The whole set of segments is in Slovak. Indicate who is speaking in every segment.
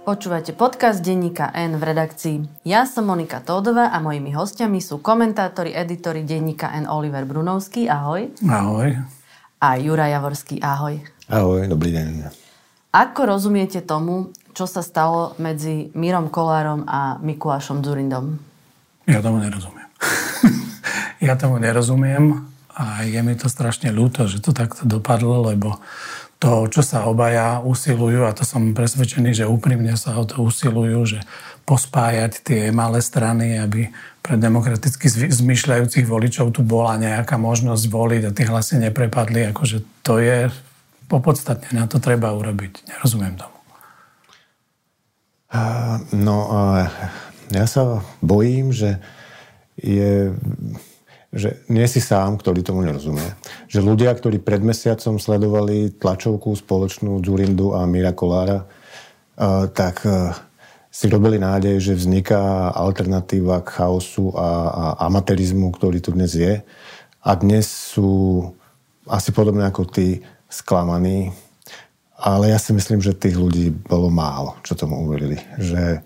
Speaker 1: Počúvate podcast denníka N v redakcii. Ja som Monika Tódová a mojimi hostiami sú komentátori, editori denníka N Oliver Brunovský, ahoj.
Speaker 2: Ahoj.
Speaker 1: A Juraj Javorský, ahoj.
Speaker 3: Ahoj, dobrý deň.
Speaker 1: Ako rozumiete tomu, čo sa stalo medzi Mírom Kollárom a Mikulášom Dzurindom?
Speaker 2: Ja tomu nerozumiem. A je mi to strašne ľúto, že to takto dopadlo, lebo to, čo sa obaja usilujú, a to som presvedčený, že úprimne sa o to usilujú, že pospájať tie malé strany, aby pre demokraticky zmýšľajúcich voličov tu bola nejaká možnosť voliť a tie hlasy neprepadli, akože to je popodstatne, na to treba urobiť. Nerozumiem tomu.
Speaker 3: Ja sa bojím, že nie si sám, ktorý tomu nerozumie. Že ľudia, ktorí pred mesiacom sledovali tlačovku spoločnú Dzurindu a Míra Kollára, tak si robili nádej, že vzniká alternatíva k chaosu a amatérizmu, ktorý tu dnes je. A dnes sú asi podobne ako tí sklamaní. Ale ja si myslím, že tých ľudí bolo málo, čo tomu uverili. Že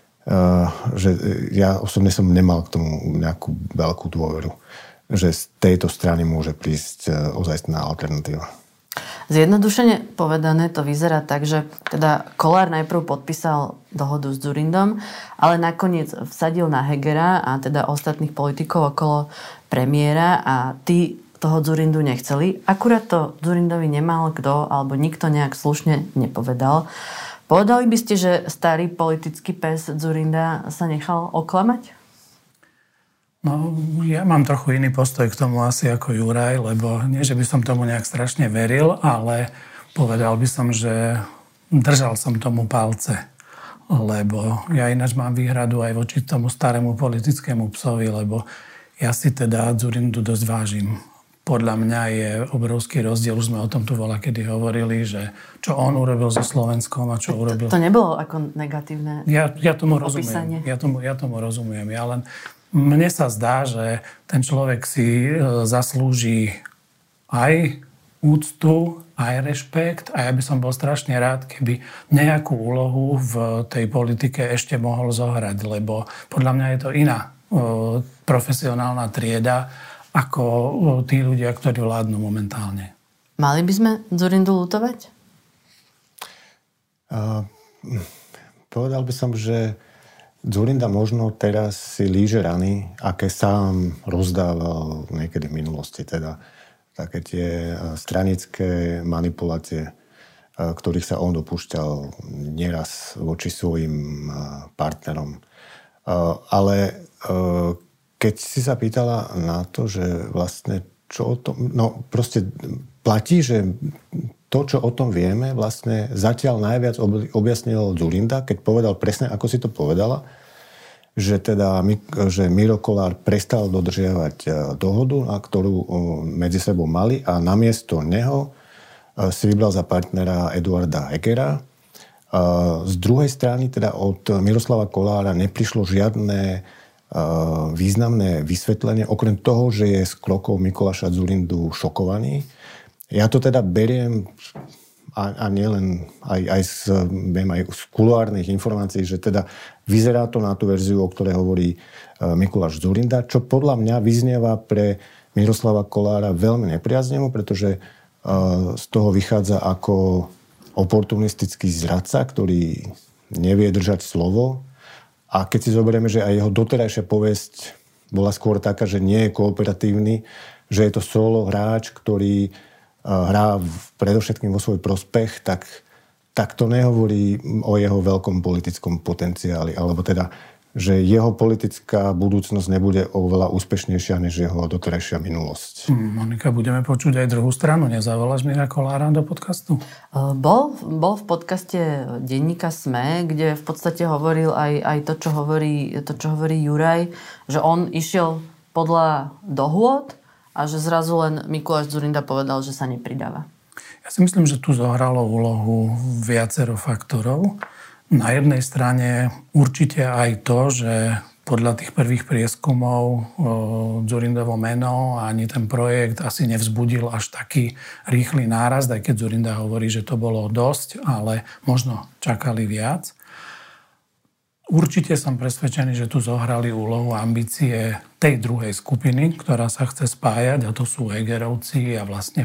Speaker 3: ja osobne som nemal k tomu nejakú veľkú dôveru, že z tejto strany môže prísť ozajstná alternatíva.
Speaker 1: Zjednodušene povedané to vyzerá tak, že teda Kollár najprv podpísal dohodu s Dzurindom, ale nakoniec vsadil na Hegera a teda ostatných politikov okolo premiéra a tí toho Dzurindu nechceli. Akurát to Dzurindovi nemal kto alebo nikto nejak slušne nepovedal. Povedali by ste, že starý politický pes Dzurinda sa nechal oklamať?
Speaker 2: No, ja mám trochu iný postoj k tomu asi ako Juraj, lebo nie, že by som tomu nejak strašne veril, ale povedal by som, že držal som tomu palce. Lebo ja ináč mám výhradu aj voči tomu starému politickému psovi, lebo ja si teda Dzurindu dosť vážim. Podľa mňa je obrovský rozdiel, už sme o tom tu kedy hovorili, že čo on urobil so Slovenskom a čo urobil...
Speaker 1: To nebolo ako negatívne
Speaker 2: Ja tomu
Speaker 1: opísanie.
Speaker 2: rozumiem. Ja tomu rozumiem. Mne sa zdá, že ten človek si zaslúži aj úctu, aj rešpekt a ja by som bol strašne rád, keby nejakú úlohu v tej politike ešte mohol zohrať, lebo podľa mňa je to iná profesionálna trieda ako tí ľudia, ktorí vládnu momentálne.
Speaker 1: Mali by sme Dzurindu ľutovať?
Speaker 3: Povedal by som, že Dzurinda možno teraz si líže rany, aké sám rozdával niekedy v minulosti. Teda také tie stranické manipulácie, ktorých sa on dopúšťal nieraz voči svojim partnerom. Ale keď si sa pýtala na to, že vlastne čo o tom... No proste platí, že to, čo o tom vieme, vlastne zatiaľ najviac objasnil Dzurinda, keď povedal presne, ako si to povedala, že Miro Kollár prestal dodržiavať dohodu, ktorú medzi sebou mali a namiesto neho si vybral za partnera Eduarda Hegera. Z druhej strany teda od Miroslava Kollára neprišlo žiadne významné vysvetlenie, okrem toho, že je z krokov Mikuláša Dzurindu šokovaný. Ja to teda beriem a nielen aj z kuloárnych informácií, že teda vyzerá to na tú verziu, o ktorej hovorí Mikuláš Dzurinda, čo podľa mňa vyznieva pre Miroslava Kollára veľmi nepriaznevo, pretože z toho vychádza ako oportunistický zradca, ktorý nevie držať slovo. A keď si zoberieme, že aj jeho doterajšia povesť bola skôr taká, že nie je kooperatívny, že je to solo hráč, ktorý hrá predovšetkým vo svoj prospech, tak to nehovorí o jeho veľkom politickom potenciáli. Alebo teda, že jeho politická budúcnosť nebude oveľa úspešnejšia než jeho doterajšia minulosť.
Speaker 2: Monika, budeme počuť aj druhú stranu. Nezavoláš Míra Kollára do podcastu?
Speaker 1: Bol v podcaste denníka SME, kde v podstate hovoril aj to, čo hovorí Juraj, že on išiel podľa dohôd a že zrazu len Mikuláš Dzurinda povedal, že sa nepridáva.
Speaker 2: Ja si myslím, že tu zohralo úlohu viacero faktorov. Na jednej strane určite aj to, že podľa tých prvých prieskumov Dzurindovo meno a ani ten projekt asi nevzbudil až taký rýchly nárast, aj keď Dzurinda hovorí, že to bolo dosť, ale možno čakali viac. Určite som presvedčený, že tu zohrali úlohu ambície tej druhej skupiny, ktorá sa chce spájať, a to sú Hegerovci a vlastne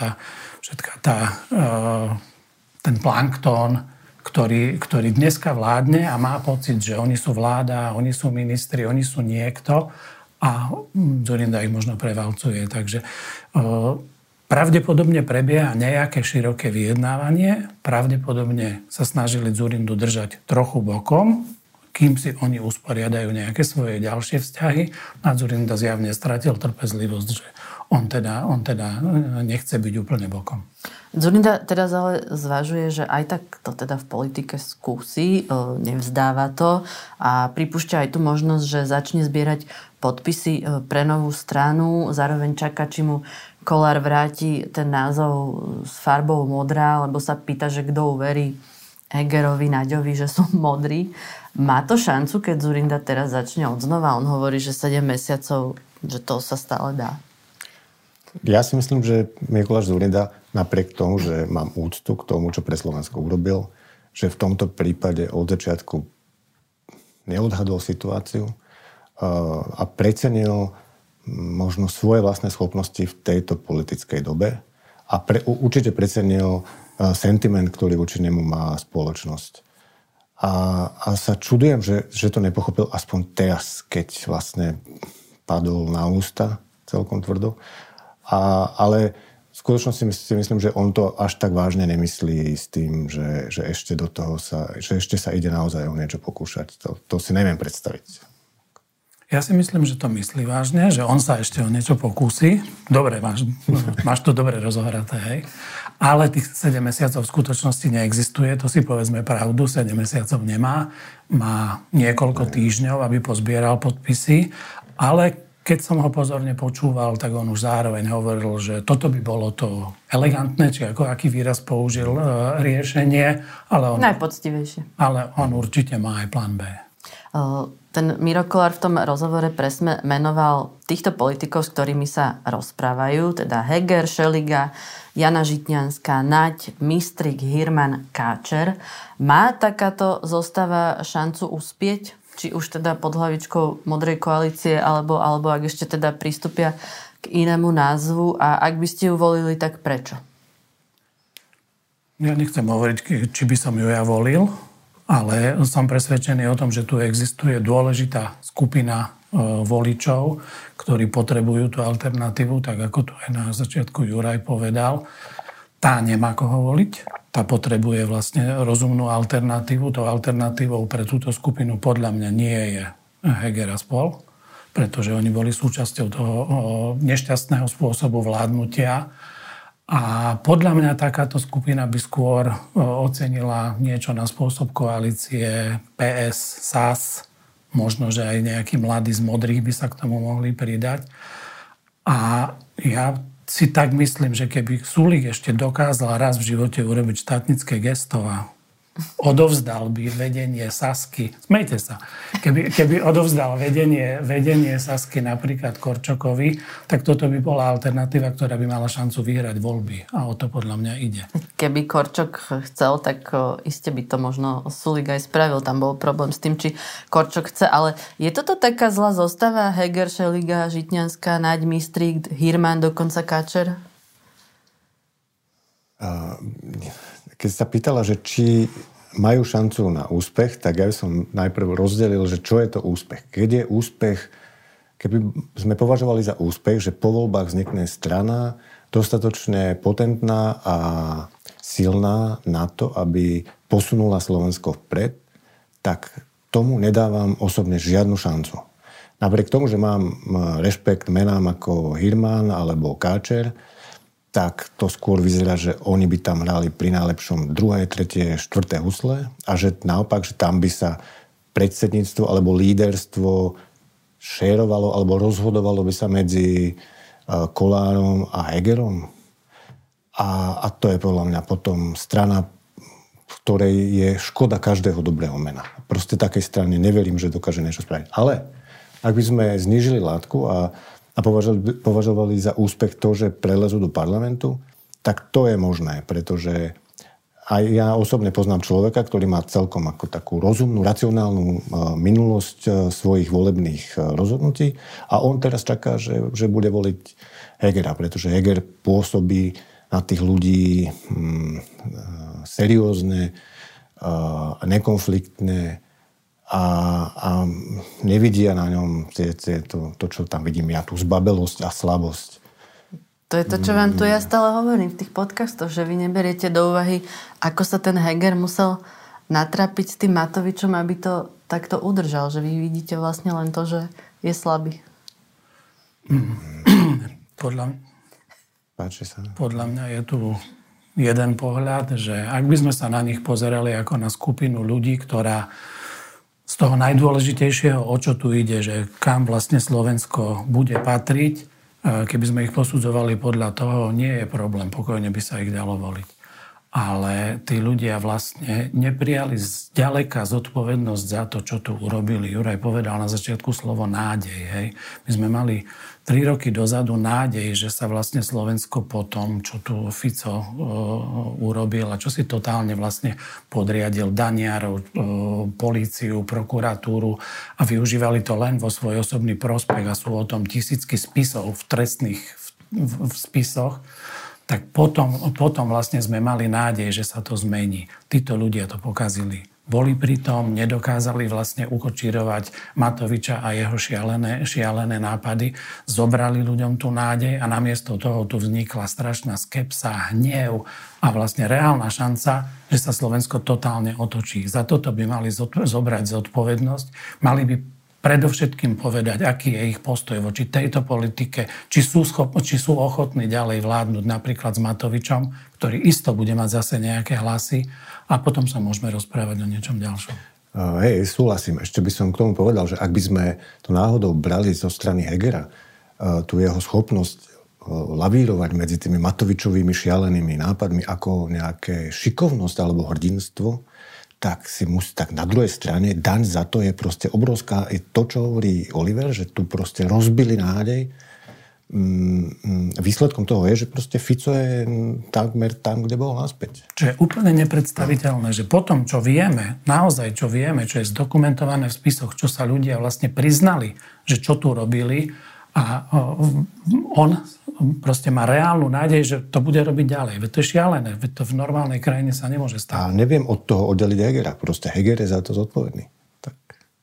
Speaker 2: ten planktón, ktorý dneska vládne a má pocit, že oni sú vláda, oni sú ministri, oni sú niekto a Dzurinda ich možno prevalcuje. Takže pravdepodobne prebieha nejaké široké vyjednávanie, pravdepodobne sa snažili Dzurindu držať trochu bokom, kým si oni usporiadajú nejaké svoje ďalšie vzťahy. A Dzurinda zjavne stratil trpezlivosť, že on teda nechce byť úplne bokom.
Speaker 1: Dzurinda teraz ale zvažuje, že aj tak to teda v politike skúsi, nevzdáva to a pripúšťa aj tú možnosť, že začne zbierať podpisy pre novú stranu, zároveň čaká, či mu Kollár vráti ten názov s farbou modrá, lebo sa pýta, že kto uverí Hegerovi, Naďovi, že sú modrí. Má to šancu, keď Dzurinda teraz začne odznova? On hovorí, že 7 mesiacov, že to sa stále dá.
Speaker 3: Ja si myslím, že Mikuláš Dzurinda, napriek tomu, že mám úctu k tomu, čo pre Slovensko urobil, že v tomto prípade od začiatku neodhadol situáciu a precenil možno svoje vlastné schopnosti v tejto politickej dobe a určite precenil sentiment, ktorý voči nemu má spoločnosť. A sa čudujem, že to nepochopil aspoň teraz, keď vlastne padol na ústa celkom tvrdo. Ale v skutočnosti si myslím, že on to až tak vážne nemyslí s tým, že ešte do toho že ešte sa ide naozaj o niečo pokúšať. To si neviem predstaviť.
Speaker 2: Ja si myslím, že to myslí vážne, že on sa ešte o niečo pokúsi. Dobre, máš to dobre rozohraté, hej. Ale tých 7 mesiacov v skutočnosti neexistuje, to si povedzme pravdu, 7 mesiacov nemá. Má niekoľko týždňov, aby pozbieral podpisy, ale keď som ho pozorne počúval, tak on už zároveň hovoril, že toto by bolo to elegantné, či ako aký výraz použil riešenie.
Speaker 1: Najpoctivejšie.
Speaker 2: Ale on určite má aj plán B.
Speaker 1: Ten Miro Kollár v tom rozhovore pre SME menoval týchto politikov, s ktorými sa rozprávajú, teda Heger, Šeliga, Jana Žitňanská, Naď, Mistrík, Hirman, Káčer. Má takáto zostava šancu uspieť? Či už teda pod hlavičkou Modrej koalície, alebo ak ešte teda pristúpia k inému názvu a ak by ste ju volili, tak prečo?
Speaker 2: Ja nechcem hovoriť, či by som ju ja volil, ale som presvedčený o tom, že tu existuje dôležitá skupina voličov, ktorí potrebujú tú alternatívu, tak ako to aj na začiatku Juraj povedal. Tá nemá koho voliť. Tá potrebuje vlastne rozumnú alternatívu. Tou alternatívou pre túto skupinu podľa mňa nie je Heger a spol, pretože oni boli súčasťou toho nešťastného spôsobu vládnutia. A podľa mňa takáto skupina by skôr ocenila niečo na spôsob koalície PS, SAS, možno, že aj nejakí mladí z modrých by sa k tomu mohli pridať. A ja si tak myslím, že keby Sulík ešte dokázal raz v živote urobiť štátnické gesto a odovzdal by vedenie Sasky, smejte sa, keby odovzdal vedenie Sasky napríklad Korčokovi, tak toto by bola alternatíva, ktorá by mala šancu vyhrať voľby. A o to podľa mňa ide.
Speaker 1: Keby Korčok chcel, tak iste by to možno Sulík aj spravil. Tam bol problém s tým, či Korčok chce. Ale je toto taká zlá zostava? Heger, Šeliga, Žitňanská, Naď, Mistrík, Hirman, dokonca Káčer?
Speaker 3: Keď sa pýtala, že či majú šancu na úspech, tak ja by som najprv rozdelil, že čo je to úspech. Keď je úspech, keby sme považovali za úspech, že po voľbách vznikne strana dostatočne potentná a silná na to, aby posunula Slovensko vpred, tak tomu nedávam osobne žiadnu šancu. Napriek tomu, že mám rešpekt menám ako Hirman alebo Káčer, tak to skôr vyzerá, že oni by tam hrali pri najlepšom 2., 3., 4. husle a že naopak, že tam by sa predsedníctvo alebo líderstvo šérovalo alebo rozhodovalo by sa medzi Kollárom a Hegerom. A to je podľa mňa potom strana, v ktorej je škoda každého dobrého mena. Proste takej strane neverím, že dokáže niečo spraviť. Ale ak by sme znížili látku a považovali za úspech to, že prelezú do parlamentu, tak to je možné, pretože A ja osobne poznám človeka, ktorý má celkom ako takú rozumnú, racionálnu minulosť svojich volebných rozhodnutí a on teraz čaká, že bude voliť Hegera, pretože Heger pôsobí na tých ľudí seriózne, nekonfliktné a nevidia na ňom to, čo tam vidím ja, tú zbabelosť a slabosť.
Speaker 1: To je to, čo vám tu ja stále hovorím v tých podcastoch, že vy neberiete do úvahy, ako sa ten Heger musel natrapiť s tým Matovičom, aby to takto udržal. Že vy vidíte vlastne len to, že je slabý.
Speaker 2: Podľa mňa je tu jeden pohľad, že ak by sme sa na nich pozerali ako na skupinu ľudí, ktorá z toho najdôležitejšieho, o čo tu ide, že kam vlastne Slovensko bude patriť, keby sme ich posudzovali podľa toho, nie je problém, pokojne by sa ich dalo voliť. Ale tí ľudia vlastne neprijali zďaleka zodpovednosť za to, čo tu urobili. Juraj povedal na začiatku slovo nádej. Hej. My sme mali 3 roky dozadu nádej, že sa vlastne Slovensko po tom, čo tu Fico urobil a čo si totálne vlastne podriadil daniarov, políciu, prokuratúru a využívali to len vo svoj osobný prospech a sú o tom tisícky spisov v trestných v spisoch, tak potom vlastne sme mali nádej, že sa to zmení. Títo ľudia to pokazili. Boli pritom, nedokázali vlastne ukočírovať Matoviča a jeho šialené nápady. Zobrali ľuďom tú nádej a namiesto toho tu vznikla strašná skepsa, hnev a vlastne reálna šanca, že sa Slovensko totálne otočí. Za toto by mali zobrať zodpovednosť. Mali by predovšetkým povedať, aký je ich postoj voči tejto politike, či sú ochotní ďalej vládnuť napríklad s Matovičom, ktorý isto bude mať zase nejaké hlasy a potom sa môžeme rozprávať o niečom ďalšom.
Speaker 3: Súhlasím. Ešte by som k tomu povedal, že ak by sme to náhodou brali zo strany Hegera, tú jeho schopnosť lavírovať medzi tými Matovičovými šialenými nápadmi ako nejaké šikovnosť alebo hrdinstvo, tak na druhej strane daň za to je proste obrovská. Je to, čo hovorí Oliver, že tu proste rozbili nádej. Výsledkom toho je, že proste Fico je takmer tam, kde bol naspäť.
Speaker 2: Čo je úplne nepredstaviteľné, že potom, čo vieme, čo je zdokumentované v spisoch, čo sa ľudia vlastne priznali, že čo tu robili a on proste má reálnu nádej, že to bude robiť ďalej. Veď to je šialené. Veď to v normálnej krajine sa nemôže stať.
Speaker 3: A neviem od toho oddeliť Hegera. Proste Heger je za to zodpovedný. Tak.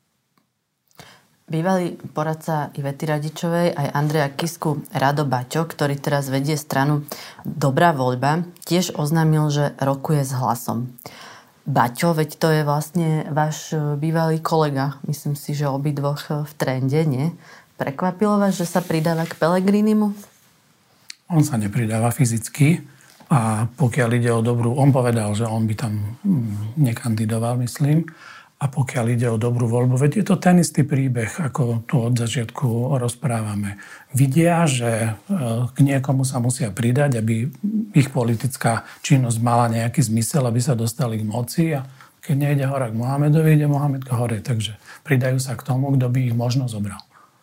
Speaker 1: Bývalý poradca Ivety Radičovej aj Andreja Kisku Rado Baťo, ktorý teraz vedie stranu Dobrá voľba, tiež oznámil, že rokuje s Hlasom. Baťo, veď to je vlastne váš bývalý kolega. Myslím si, že obidvoch v trende, nie? Prekvapilo vás, že sa pridáva k Pellegrinimu?
Speaker 2: On sa nepridáva fyzicky a pokiaľ ide o dobrú, on povedal, že on by tam nekandidoval, myslím, a pokiaľ ide o dobrú voľbu, veď je to ten istý príbeh, ako tu od začiatku rozprávame. Vidia, že k niekomu sa musia pridať, aby ich politická činnosť mala nejaký zmysel, aby sa dostali k moci a keď nejde hore k Mohamedovi, ide Mohamed k hore, takže pridajú sa k tomu, kto by ich možno zobral.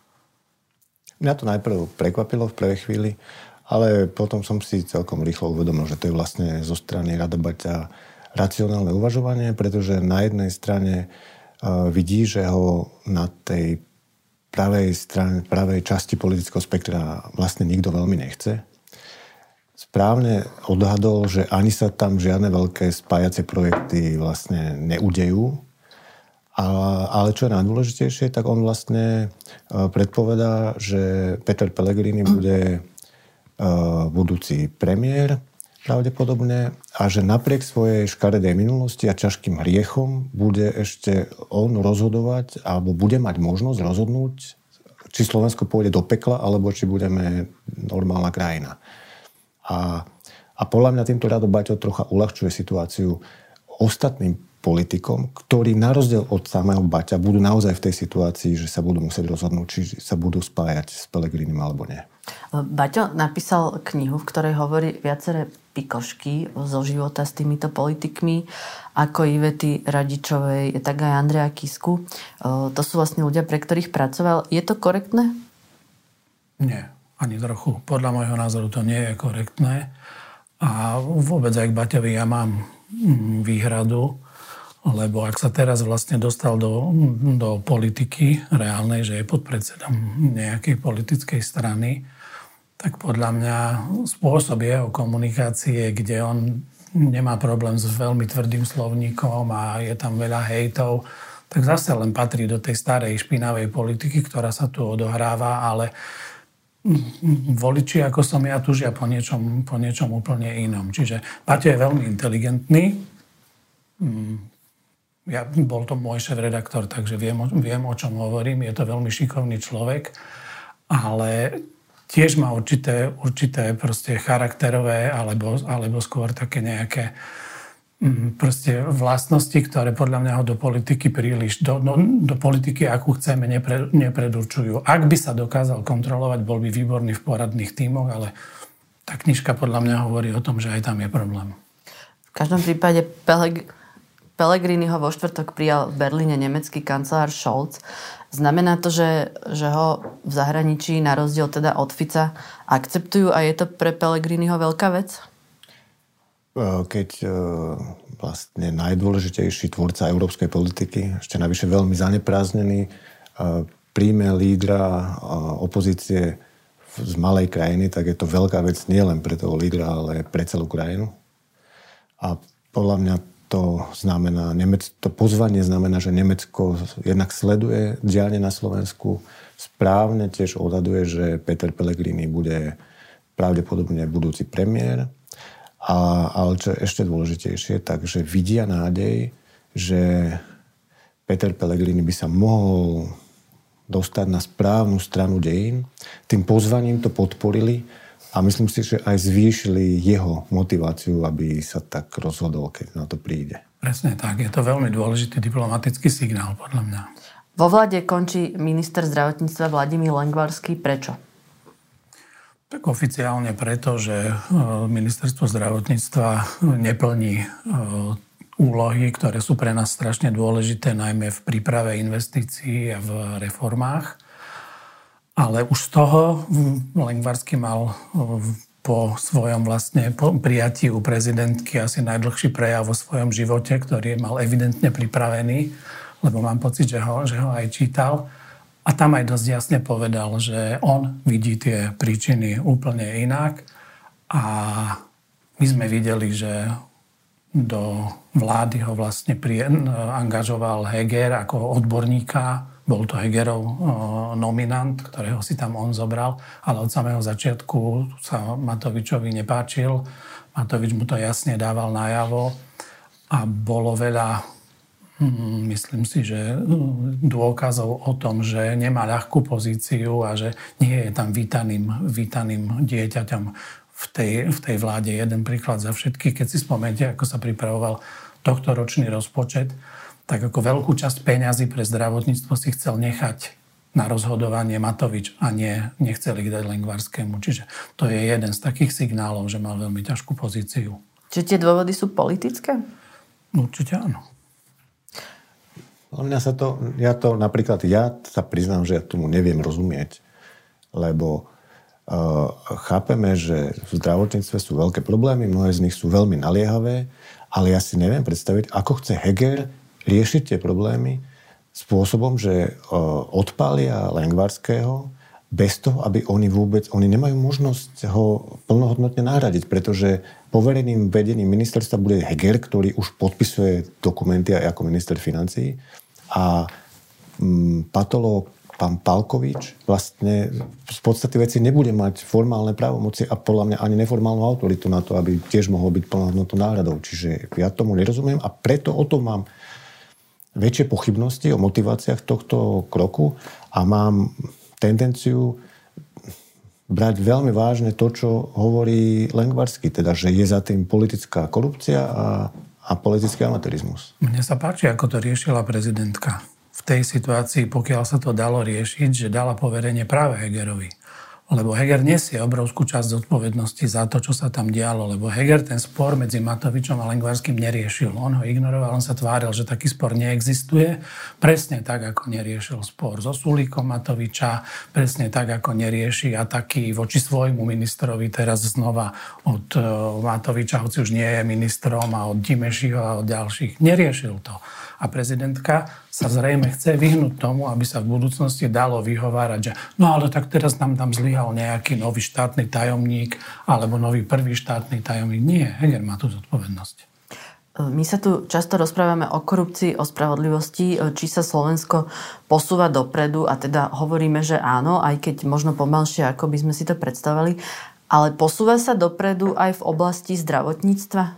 Speaker 3: Mňa to najprv prekvapilo v prvej chvíli, ale potom som si celkom rýchlo uvedomil, že to je vlastne zo strany Rada Baťa racionálne uvažovanie, pretože na jednej strane vidí, že ho na tej pravej časti politického spektra vlastne nikto veľmi nechce. Správne odhadol, že ani sa tam žiadne veľké spájacie projekty vlastne neudejú. Ale čo je najdôležitejšie, tak on vlastne predpovedá, že Peter Pellegrini bude budúci premiér pravdepodobne a že napriek svojej škaredej minulosti a ťažkým hriechom bude ešte on rozhodovať alebo bude mať možnosť rozhodnúť, či Slovensko pôjde do pekla alebo či budeme normálna krajina. A podľa mňa týmto Rado Baťo trocha uľahčuje situáciu ostatným politikom, ktorí na rozdiel od samého Baťa budú naozaj v tej situácii, že sa budú musieť rozhodnúť, či sa budú spájať s Pellegrinim alebo nie.
Speaker 1: Baťo napísal knihu, v ktorej hovorí viaceré pikošky zo života s týmito politikmi, ako Ivety Radičovej, tak aj Andreja Kisku. To sú vlastne ľudia, pre ktorých pracoval. Je to korektné?
Speaker 2: Nie, ani trochu. Podľa môjho názoru to nie je korektné. A vôbec aj k Baťovi ja mám výhradu, lebo ak sa teraz vlastne dostal do politiky reálnej, že je podpredsedom nejakej politickej strany, tak podľa mňa spôsob jeho komunikácie, kde on nemá problém s veľmi tvrdým slovníkom a je tam veľa hejtov, tak zase len patrí do tej starej špinavej politiky, ktorá sa tu odohráva, ale voliči, ako som ja, túžia po niečom úplne inom. Čiže Paťo je veľmi inteligentný. Bol to môj šéf-redaktor, takže viem, o čom hovorím. Je to veľmi šikovný človek, ale tiež má určité proste charakterové alebo skôr také nejaké proste vlastnosti, ktoré podľa mňa ho do politiky príliš, do politiky, akú chceme, nepredurčujú. Ak by sa dokázal kontrolovať, bol by výborný v poradných tímoch, ale tá knižka podľa mňa hovorí o tom, že aj tam je problém.
Speaker 1: V každom prípade Pellegriniho vo štvrtok prijal v Berlíne nemecký kancelár Scholz. Znamená to, že ho v zahraničí, na rozdiel teda od Fica, akceptujú a je to pre Pellegriniho veľká vec?
Speaker 3: Keď vlastne najdôležitejší tvorca európskej politiky, ešte navyše veľmi zanepráznený, príjme lídra opozície z malej krajiny, tak je to veľká vec nielen pre toho lídra, ale pre celú krajinu. A podľa mňa to znamená, to pozvanie znamená, že Nemecko jednak sleduje dianie na Slovensku, správne tiež odhaduje, že Peter Pellegrini bude pravdepodobne budúci premiér. Ale čo je ešte dôležitejšie, takže vidia nádej, že Peter Pellegrini by sa mohol dostať na správnu stranu dejín. Tým pozvaním to podporili a myslím si, že aj zvýšili jeho motiváciu, aby sa tak rozhodol, keď na to príde.
Speaker 2: Presne tak. Je to veľmi dôležitý diplomatický signál, podľa mňa.
Speaker 1: Vo vláde končí minister zdravotníctva Vladimír Lengvarský. Prečo?
Speaker 2: Tak oficiálne preto, že ministerstvo zdravotníctva neplní úlohy, ktoré sú pre nás strašne dôležité, najmä v príprave investícií a v reformách. Ale už z toho Lengvarský mal po svojom vlastne prijatí u prezidentky asi najdlhší prejav vo svojom živote, ktorý mal evidentne pripravený, lebo mám pocit, že ho aj čítal. A tam aj dosť jasne povedal, že on vidí tie príčiny úplne inak. A my sme videli, že do vlády ho vlastne angažoval Heger ako odborníka. Bol to Hegerov nominant, ktorého si tam on zobral, ale od samého začiatku sa Matovičovi nepáčil. Matovič mu to jasne dával najavo a bolo veľa, myslím si, že dôkazov o tom, že nemá ľahkú pozíciu a že nie je tam vítaným dieťaťom v tej vláde. Jeden príklad za všetky, keď si spomeniete, ako sa pripravoval tohtoročný rozpočet, tak ako veľkú časť peňazí pre zdravotníctvo si chcel nechať na rozhodovanie Matovič a nechcel ich dať Lengvarskému. Čiže to je jeden z takých signálov, že mal veľmi ťažkú pozíciu.
Speaker 1: Čiže tie dôvody sú politické?
Speaker 2: Určite áno.
Speaker 3: Mňa ja sa priznám, že ja tomu neviem rozumieť, lebo chápeme, že v zdravotníctve sú veľké problémy, mnohé z nich sú veľmi naliehavé, ale ja si neviem predstaviť, ako chce Heger riešiť tie problémy spôsobom, že odpália Lengvarského bez toho, aby oni nemajú možnosť ho plnohodnotne nahradiť, pretože povereným vedením ministerstva bude Heger, ktorý už podpisuje dokumenty aj ako minister financií a patológ pán Palkovič vlastne v podstate veci nebude mať formálne právomoci a podľa mňa ani neformálnu autoritu na to, aby tiež mohol byť plnohodnotnou náhradou. Čiže ja tomu nerozumiem a preto o tom mám väčšie pochybnosti o motiváciách tohto kroku a mám tendenciu brať veľmi vážne to, čo hovorí Lengvarský, teda, že je za tým politická korupcia a politický amatérizmus.
Speaker 2: Mne sa páči, ako to riešila prezidentka. V tej situácii, pokiaľ sa to dalo riešiť, že dala poverenie práve Hegerovi. Lebo Heger nesie obrovskú časť zodpovednosti za to, čo sa tam dialo. Lebo Heger ten spor medzi Matovičom a Lengvarským neriešil. On ho ignoroval, on sa tváril, že taký spor neexistuje. Presne tak, ako neriešil spor so Sulíkom Matoviča. Presne tak, ako nerieši ataky voči svojmu ministrovi teraz znova od Matoviča, hoci už nie je ministrom, a od Dimešiho a od ďalších. Neriešil to. A prezidentka sa zrejme chce vyhnúť tomu, aby sa v budúcnosti dalo vyhovárať, že no ale tak teraz nám tam zlyhal nejaký nový štátny tajomník alebo nový prvý štátny tajomník. Nie, Heger má tú zodpovednosť.
Speaker 1: My sa tu často rozprávame o korupcii, o spravodlivosti, či sa Slovensko posúva dopredu a teda hovoríme, že áno, aj keď možno pomalšie, ako by sme si to predstavovali, ale posúva sa dopredu aj v oblasti zdravotníctva?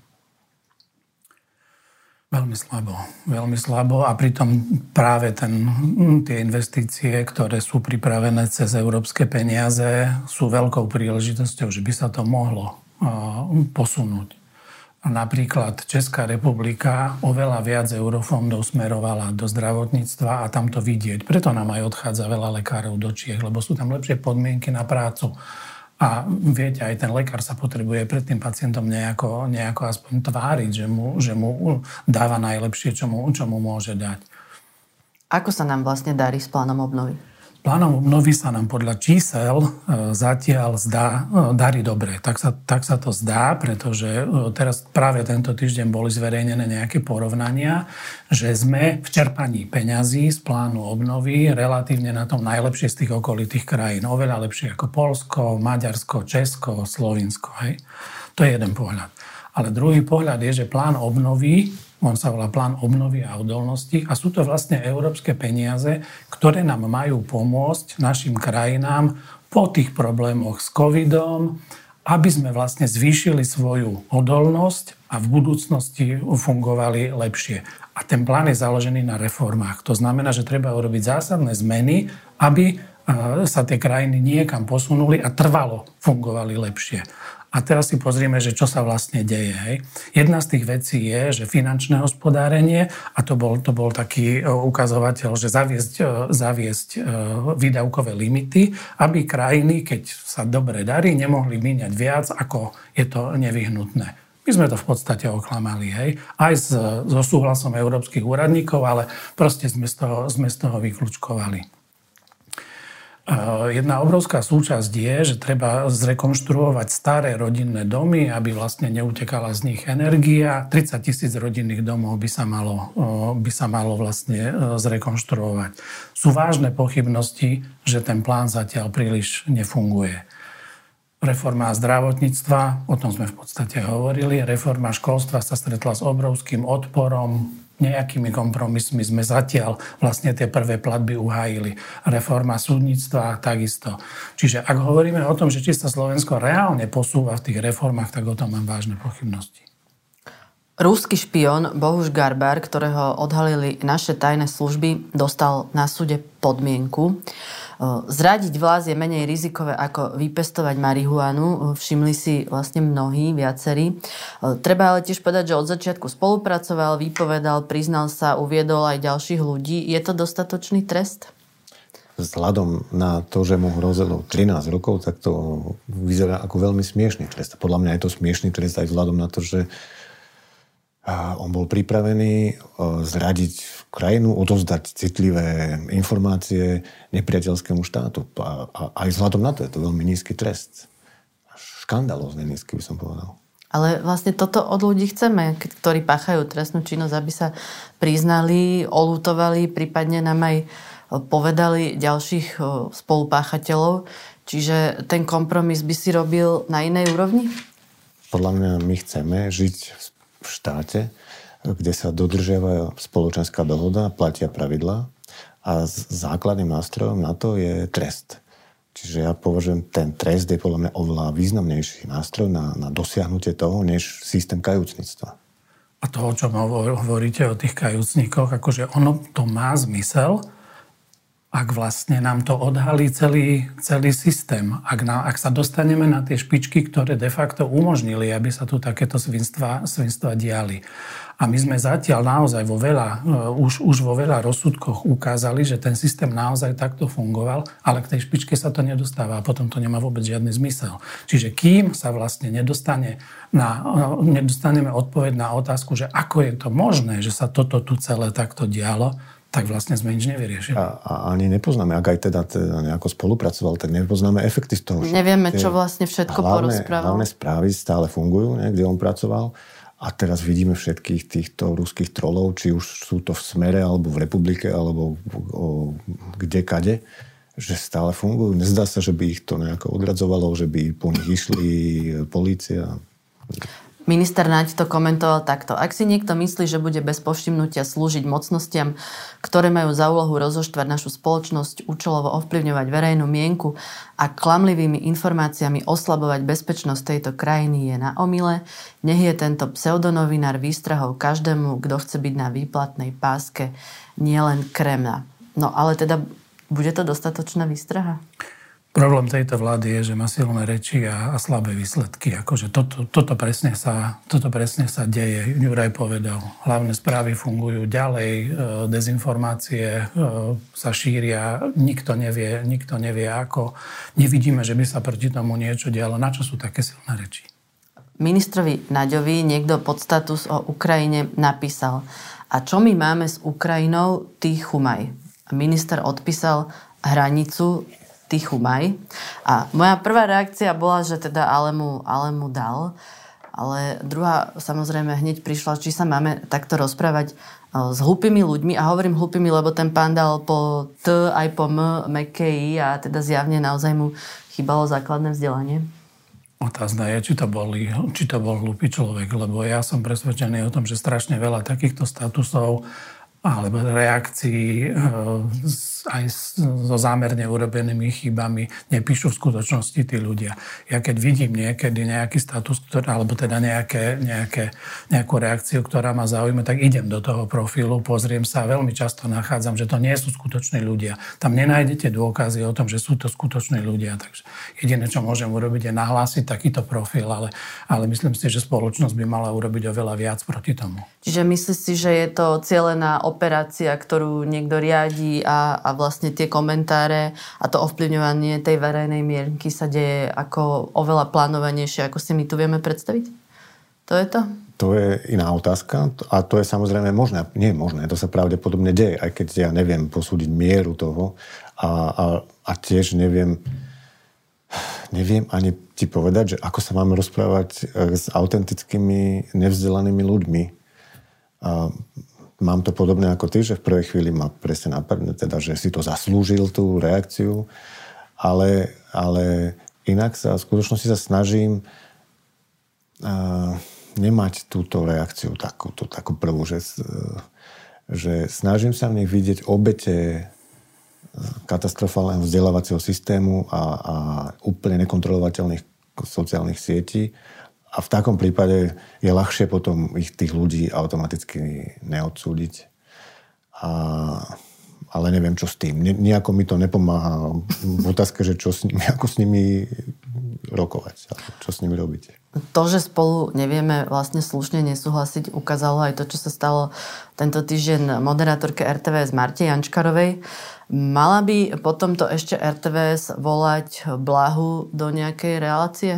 Speaker 1: Veľmi slabo a pritom práve tie investície, ktoré sú pripravené cez európske peniaze, sú veľkou príležitosťou, že by sa to mohlo posunúť. Napríklad Česká republika oveľa viac eurofondov smerovala do zdravotníctva a tam to vidieť. Preto nám aj odchádza veľa lekárov do Čiech, lebo sú tam lepšie podmienky na prácu. A viete, aj ten lekár sa potrebuje pred tým pacientom nejako aspoň tváriť, že mu dáva najlepšie, čo mu môže dať. Ako sa nám vlastne darí s plánom obnovy?
Speaker 2: Plánom obnovy sa nám podľa čísel zatiaľ darí dobre. Tak sa to zdá, pretože teraz práve tento týždeň boli zverejnené nejaké porovnania, že sme v čerpaní peňazí z plánu obnovy relatívne na tom najlepšie z tých okolitých krajín. Oveľa lepšie ako Poľsko, Maďarsko, Česko, Slovinsko. Hej? To je jeden pohľad. Ale druhý pohľad je, že plán obnovy, on sa volá plán obnovy a odolnosti a sú to vlastne európske peniaze, ktoré nám majú pomôcť našim krajinám po tých problémoch s covidom, aby sme vlastne zvýšili svoju odolnosť a v budúcnosti fungovali lepšie. A ten plán je založený na reformách. To znamená, že treba urobiť zásadné zmeny, aby sa tie krajiny niekam posunuli a trvalo fungovali lepšie. A teraz si pozrieme, že čo sa vlastne deje. Hej. Jedna z tých vecí je, že finančné hospodárenie, a to bol taký ukazovateľ, že zaviesť výdavkové limity, aby krajiny, keď sa dobre darí, nemohli míňať viac, ako je to nevyhnutné. My sme to v podstate oklamali, hej. Aj so súhlasom európskych úradníkov, ale proste sme z toho vykľúčkovali. Jedna obrovská súčasť je, že treba zrekonštruovať staré rodinné domy, aby vlastne neutekala z nich energia. 30 000 rodinných domov by sa malo vlastne zrekonštruovať. Sú vážne pochybnosti, že ten plán zatiaľ príliš nefunguje. Reforma zdravotníctva, o tom sme v podstate hovorili. Reforma školstva sa stretla s obrovským odporom. Nejakými kompromismi sme zatiaľ vlastne tie prvé platby uhájili. Reforma súdnictva takisto. Čiže ak hovoríme o tom, že či sa Slovensko reálne posúva v tých reformách, tak o tom mám vážne pochybnosti.
Speaker 1: Ruský špión Bohuš Garbár, ktorého odhalili naše tajné služby, dostal na súde podmienku. Zradiť vlast je menej rizikové ako vypestovať marihuanu. Všimli si vlastne mnohí, viacerí. Treba ale tiež povedať, že od začiatku spolupracoval, vypovedal, priznal sa, uviedol aj ďalších ľudí. Je to dostatočný trest?
Speaker 3: Vzhľadom na to, že mu hrozilo 13 rokov, tak to vyzerá ako veľmi smiešný trest. Podľa mňa je to smiešný trest aj vzhľadom na to, že on bol pripravený zradiť krajinu, odovzdať citlivé informácie nepriateľskému štátu. A aj vzhľadom na to je to veľmi nízky trest. Škandalózne nízky, by som povedal.
Speaker 1: Ale vlastne toto od ľudí chceme, ktorí páchajú trestnú činnosť, aby sa priznali, olútovali, prípadne nám aj povedali ďalších spolupáchateľov. Čiže ten kompromis by si robil na inej úrovni?
Speaker 3: Podľa mňa my chceme žiť v štáte, kde sa dodržiava spoločenská dohoda, platia pravidlá a základným nástrojom na to je trest. Čiže ja považujem, ten trest je podľa mňa oveľa významnejší nástroj na dosiahnutie toho, než systém kajúcnictva.
Speaker 2: A to, o čom hovoríte o tých kajúcnikoch, akože ono to má zmysel, ak vlastne nám to odhalí celý systém. Ak sa dostaneme na tie špičky, ktoré de facto umožnili, aby sa tu takéto svinstva diali. A my sme zatiaľ naozaj už vo veľa rozsudkoch ukázali, že ten systém naozaj takto fungoval, ale k tej špičke sa to nedostáva a potom to nemá vôbec žiadny zmysel. Čiže kým sa vlastne nedostaneme odpoveď na otázku, že ako je to možné, že sa toto tu celé takto dialo, tak vlastne sme nič nevyriešili.
Speaker 3: A ani nepoznáme, ak aj teda nejako spolupracoval, tak nepoznáme efekty z toho.
Speaker 1: Nevieme, čo vlastne všetko porozprával.
Speaker 3: Hlavné správy stále fungujú, kde on pracoval. A teraz vidíme všetkých týchto ruských trolov, či už sú to v Smere, alebo v Republike, alebo kdekade, že stále fungujú. Nezdá sa, že by ich to nejako odradzovalo, že by po nich išli polícia.
Speaker 1: Minister Naď to komentoval takto. Ak si niekto myslí, že bude bez povšimnutia slúžiť mocnostiam, ktoré majú za úlohu rozoštvať našu spoločnosť, účelovo ovplyvňovať verejnú mienku a klamlivými informáciami oslabovať bezpečnosť tejto krajiny, je na omyle. Nech je tento pseudonovinár výstrahou každému, kto chce byť na výplatnej páske, nielen Kremľa. No ale teda bude to dostatočná výstraha?
Speaker 2: Problém tejto vlády je, že má silné reči a slabé výsledky. Akože toto presne sa deje. Juraj povedal, hlavné správy fungujú ďalej, dezinformácie sa šíria, nikto nevie ako. Nevidíme, že by sa proti tomu niečo dialo. Na čo sú také silné reči?
Speaker 1: Ministrovi Naďovi niekto pod status o Ukrajine napísal: a čo my máme s Ukrajinou, ty chumaj. A minister odpísal: hranicu ty chumaj. A moja prvá reakcia bola, že teda ale mu dal. Ale druhá samozrejme hneď prišla, či sa máme takto rozprávať s hlúpymi ľuďmi. A hovorím hlúpymi, lebo ten pán dal po T aj po M, mäkké I, a teda zjavne naozaj mu chýbalo základné vzdelanie.
Speaker 2: Otázna je, či to bol hlúpy človek, lebo ja som presvedčený o tom, že strašne veľa takýchto statusov alebo reakcií aj so zámerne urobenými chybami nepíšu v skutočnosti tí ľudia. Ja keď vidím niekedy nejaký status, alebo teda nejakú reakciu, ktorá ma zaujíma, tak idem do toho profilu, pozriem sa a veľmi často nachádzam, že to nie sú skutoční ľudia. Tam nenájdete dôkazy o tom, že sú to skutoční ľudia. Takže jediné, čo môžem urobiť, je nahlásiť takýto profil, ale myslím si, že spoločnosť by mala urobiť oveľa viac proti tomu.
Speaker 1: Čiže myslíš si, že je to cielená operácia, ktorú niekto riadi a vlastne tie komentáre a to ovplyvňovanie tej verejnej mienky sa deje ako oveľa plánovanejšie, ako si my tu vieme predstaviť? To je to?
Speaker 3: To je iná otázka a to je samozrejme možné. Nie je možné, to sa pravdepodobne deje, aj keď ja neviem posúdiť mieru toho a tiež neviem ani ti povedať, že ako sa máme rozprávať s autentickými, nevzdelanými ľuďmi. Mám to podobné ako ty, že v prvej chvíli ma presne napadne, teda, že si to zaslúžil, tú reakciu, ale inak sa v skutočnosti sa snažím nemať túto reakciu takú prvú, že snažím sa v nich vidieť obete katastrofálneho vzdelávacieho systému a úplne nekontrolovateľných sociálnych sietí. A v takom prípade je ľahšie potom tých ľudí automaticky neodsúdiť. Ale neviem, čo s tým. Nijako mi to nepomáha v otázke, že ako s nimi rokovať, čo s nimi robiť.
Speaker 1: To, že spolu nevieme vlastne slušne nesúhlasiť, ukázalo aj to, čo sa stalo tento týždeň moderátorke RTVS Marte Jančkarovej. Mala by potom to ešte RTVS volať Blahu do nejakej relácie?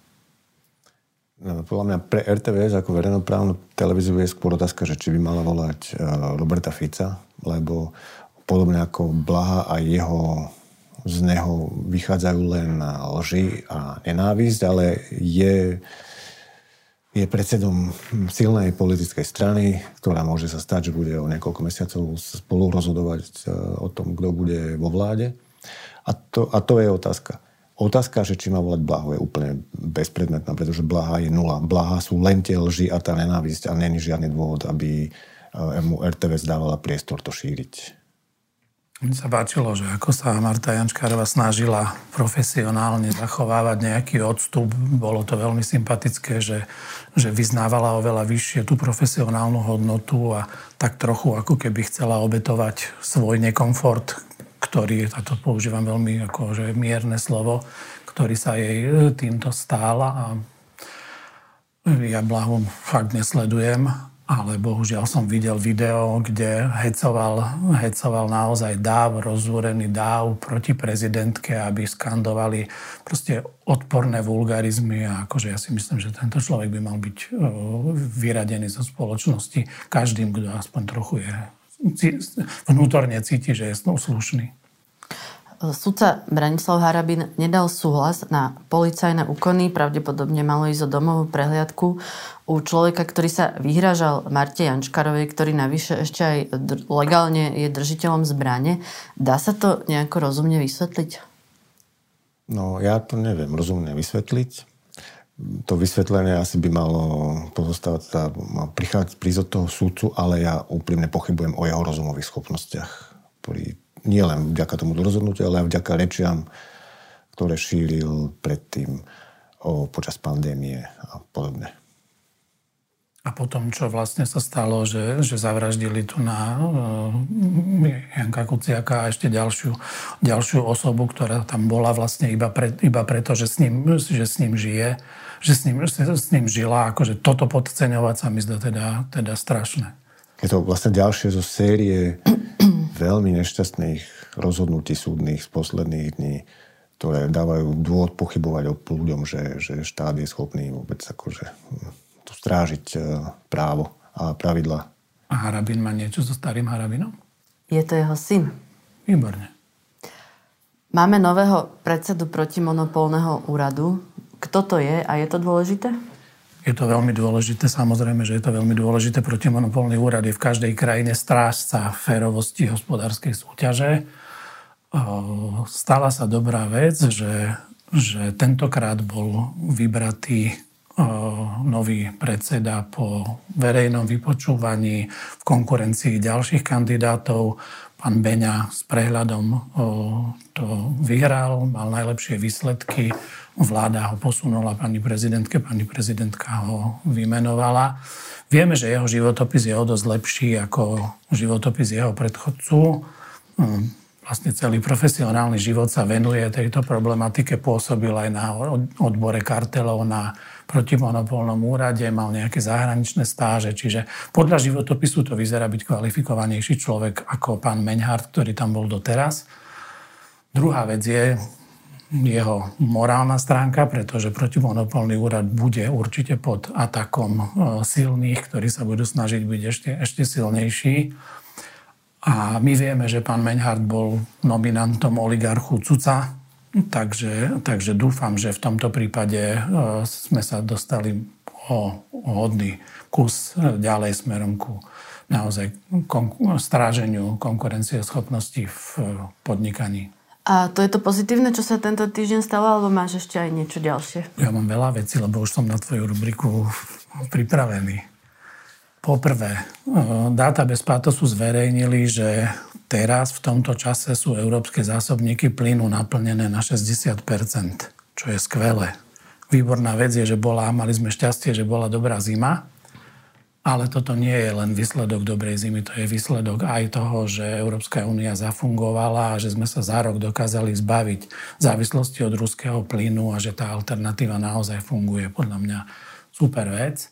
Speaker 3: Podľa mňa pre RTVS ako verejnoprávnu televíziu je skôr otázka, že či by mala volať Roberta Fica, lebo podobne ako Blaha a z neho vychádzajú len lži a nenávisť, ale je predsedom silnej politickej strany, ktorá môže sa stať, že bude o niekoľko mesiacov spolu rozhodovať o tom, kto bude vo vláde. A to je otázka. Otázka, že či má volať Blahu, je úplne bezpredmetná, pretože Blaha je nula. Blaha sú len tie lži a tá nenávisť a není žiadny dôvod, aby mu RTVS dávala priestor to šíriť.
Speaker 2: Mne sa páčilo, že ako sa Marta Jančkárová snažila profesionálne zachovávať nejaký odstup. Bolo to veľmi sympatické, že vyznávala oveľa vyššie tú profesionálnu hodnotu a tak trochu ako keby chcela obetovať svoj nekomfort, ktorý, a to používam veľmi akože mierne slovo, ktorý sa jej týmto stála a ja Blahu fakt nesledujem, ale bohužiaľ som videl video, kde hecoval naozaj rozúrený dáv proti prezidentke, aby skandovali proste odporné vulgarizmy a akože ja si myslím, že tento človek by mal byť vyradený zo spoločnosti každým, kto aspoň trochu vnútorne cíti, že je slušný.
Speaker 1: Sudca Branislav Harabin nedal súhlas na policajné úkony, pravdepodobne malo ísť o domovú prehliadku u človeka, ktorý sa vyhrážal Marte Jančkárovej, ktorý navyše ešte aj legálne je držiteľom zbrane. Dá sa to nejako rozumne vysvetliť?
Speaker 3: No, ja to neviem rozumne vysvetliť. To vysvetlenie asi by malo pozostávať, prísť od toho súdcu, ale ja úprimne pochybujem o jeho rozumových schopnostiach. Nie len vďaka tomu rozhodnutiu, ale aj vďaka rečiam, ktoré šíril predtým počas pandémie a podobne.
Speaker 2: A potom, čo vlastne sa stalo, že zavraždili tu na Janka Kuciaka a ešte ďalšiu osobu, ktorá tam bola vlastne iba preto, že s ním žije, že s ním žila. Akože toto podceňovať sa mi zdá teda strašné.
Speaker 3: Je to vlastne ďalšie zo série veľmi nešťastných rozhodnutí súdnych z posledných dní, ktoré dávajú dôvod pochybovať o ľuďom, že štát je schopný vôbec akože tu strážiť právo a pravidlá.
Speaker 2: A Harabin má niečo so starým Harabinom?
Speaker 1: Je to jeho syn.
Speaker 2: Výborne.
Speaker 1: Máme nového predsedu protimonopolného úradu. Kto to je a je to dôležité?
Speaker 2: Je to veľmi dôležité, samozrejme, že je to veľmi dôležité. Protimonopolný úrad je v každej krajine strážca férovosti hospodárskej súťaže. Stala sa dobrá vec, že tentokrát bol vybratý nový predseda po verejnom vypočúvaní v konkurencii ďalších kandidátov. Pán Beňa s prehľadom to vyhral, mal najlepšie výsledky. Vláda ho posunula pani prezidentka ho vymenovala. Vieme, že jeho životopis je o dosť lepší ako životopis jeho predchodcu. Vlastne celý profesionálny život sa venuje tejto problematike, pôsobil aj na odbore kartelov na protimonopolnom úrade, mal nejaké zahraničné stáže, čiže podľa životopisu to vyzerá byť kvalifikovanejší človek ako pán Meňhard, ktorý tam bol doteraz. Druhá vec je jeho morálna stránka, pretože protimonopolný úrad bude určite pod atakom silných, ktorí sa budú snažiť byť ešte silnejší. A my vieme, že pán Meňhard bol nominantom oligarchu Cuca, takže dúfam, že v tomto prípade sme sa dostali o hodný kus ďalej smerom ku naozaj stráženiu konkurencieschopnosti v podnikaní.
Speaker 1: A to je to pozitívne, čo sa tento týždeň stalo, alebo máš ešte aj niečo ďalšie?
Speaker 2: Ja mám veľa vecí, lebo už som na tvoju rubriku pripravený. Poprvé, dáta bez pátosu zverejnili, že teraz v tomto čase sú európske zásobníky plynu naplnené na 60%, čo je skvelé. Výborná vec je, že mali sme šťastie, že bola dobrá zima, ale toto nie je len výsledok dobrej zimy, to je výsledok aj toho, že Európska únia zafungovala a že sme sa za rok dokázali zbaviť závislosti od ruského plynu a že tá alternatíva naozaj funguje. Podľa mňa super vec.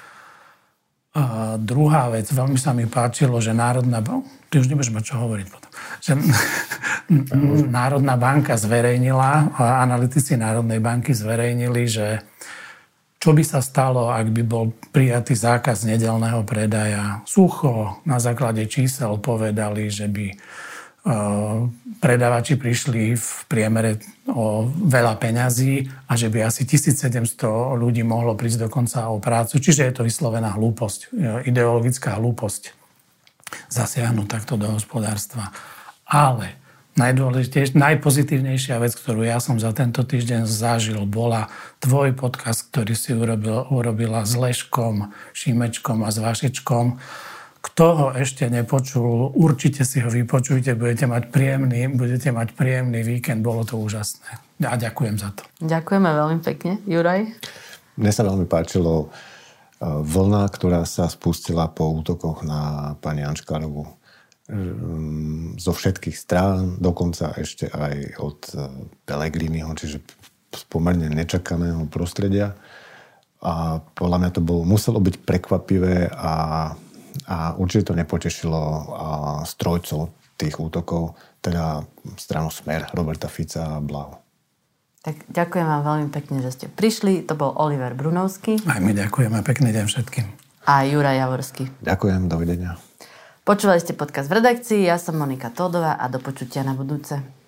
Speaker 2: A druhá vec, veľmi sa mi páčilo, že ty už nebudeš mať čo hovoriť potom, že Národná banka zverejnila, analytici Národnej banky zverejnili, že čo by sa stalo, ak by bol prijatý zákaz nedeľného predaja. Sucho na základe čísel povedali, že by predávači prišli v priemere o veľa peňazí a že by asi 1700 ľudí mohlo prísť dokonca o prácu. Čiže je to vyslovená hlúposť, ideologická hlúposť zasiahnuť takto do hospodárstva. Ale najpozitívnejšia vec, ktorú ja som za tento týždeň zažil, bola tvoj podcast, ktorý si urobila s Leškom, Šimečkom a s Vašečkom. Kto ho ešte nepočul, určite si ho vypočujte, budete mať príjemný víkend, bolo to úžasné. A ďakujem za to.
Speaker 1: Ďakujeme veľmi pekne. Juraj?
Speaker 3: Mne sa veľmi páčilo vlna, ktorá sa spustila po útokoch na pani Jančkárovú zo všetkých strán, dokonca ešte aj od Pellegriniho, čiže z pomerne nečakaného prostredia. A podľa mňa to muselo byť prekvapivé a určite to nepotešilo strojcov tých útokov, teda stranu Smer, Roberta Fica a Blahu.
Speaker 1: Tak ďakujem vám veľmi pekne, že ste prišli. To bol Oliver Brunovský.
Speaker 2: Aj my ďakujeme. Pekný deň všetkým.
Speaker 1: A Juraj Javorský.
Speaker 3: Ďakujem, dovidenia.
Speaker 1: Počúvali ste podcast v redakcii, ja som Monika Tódová a do počutia na budúce.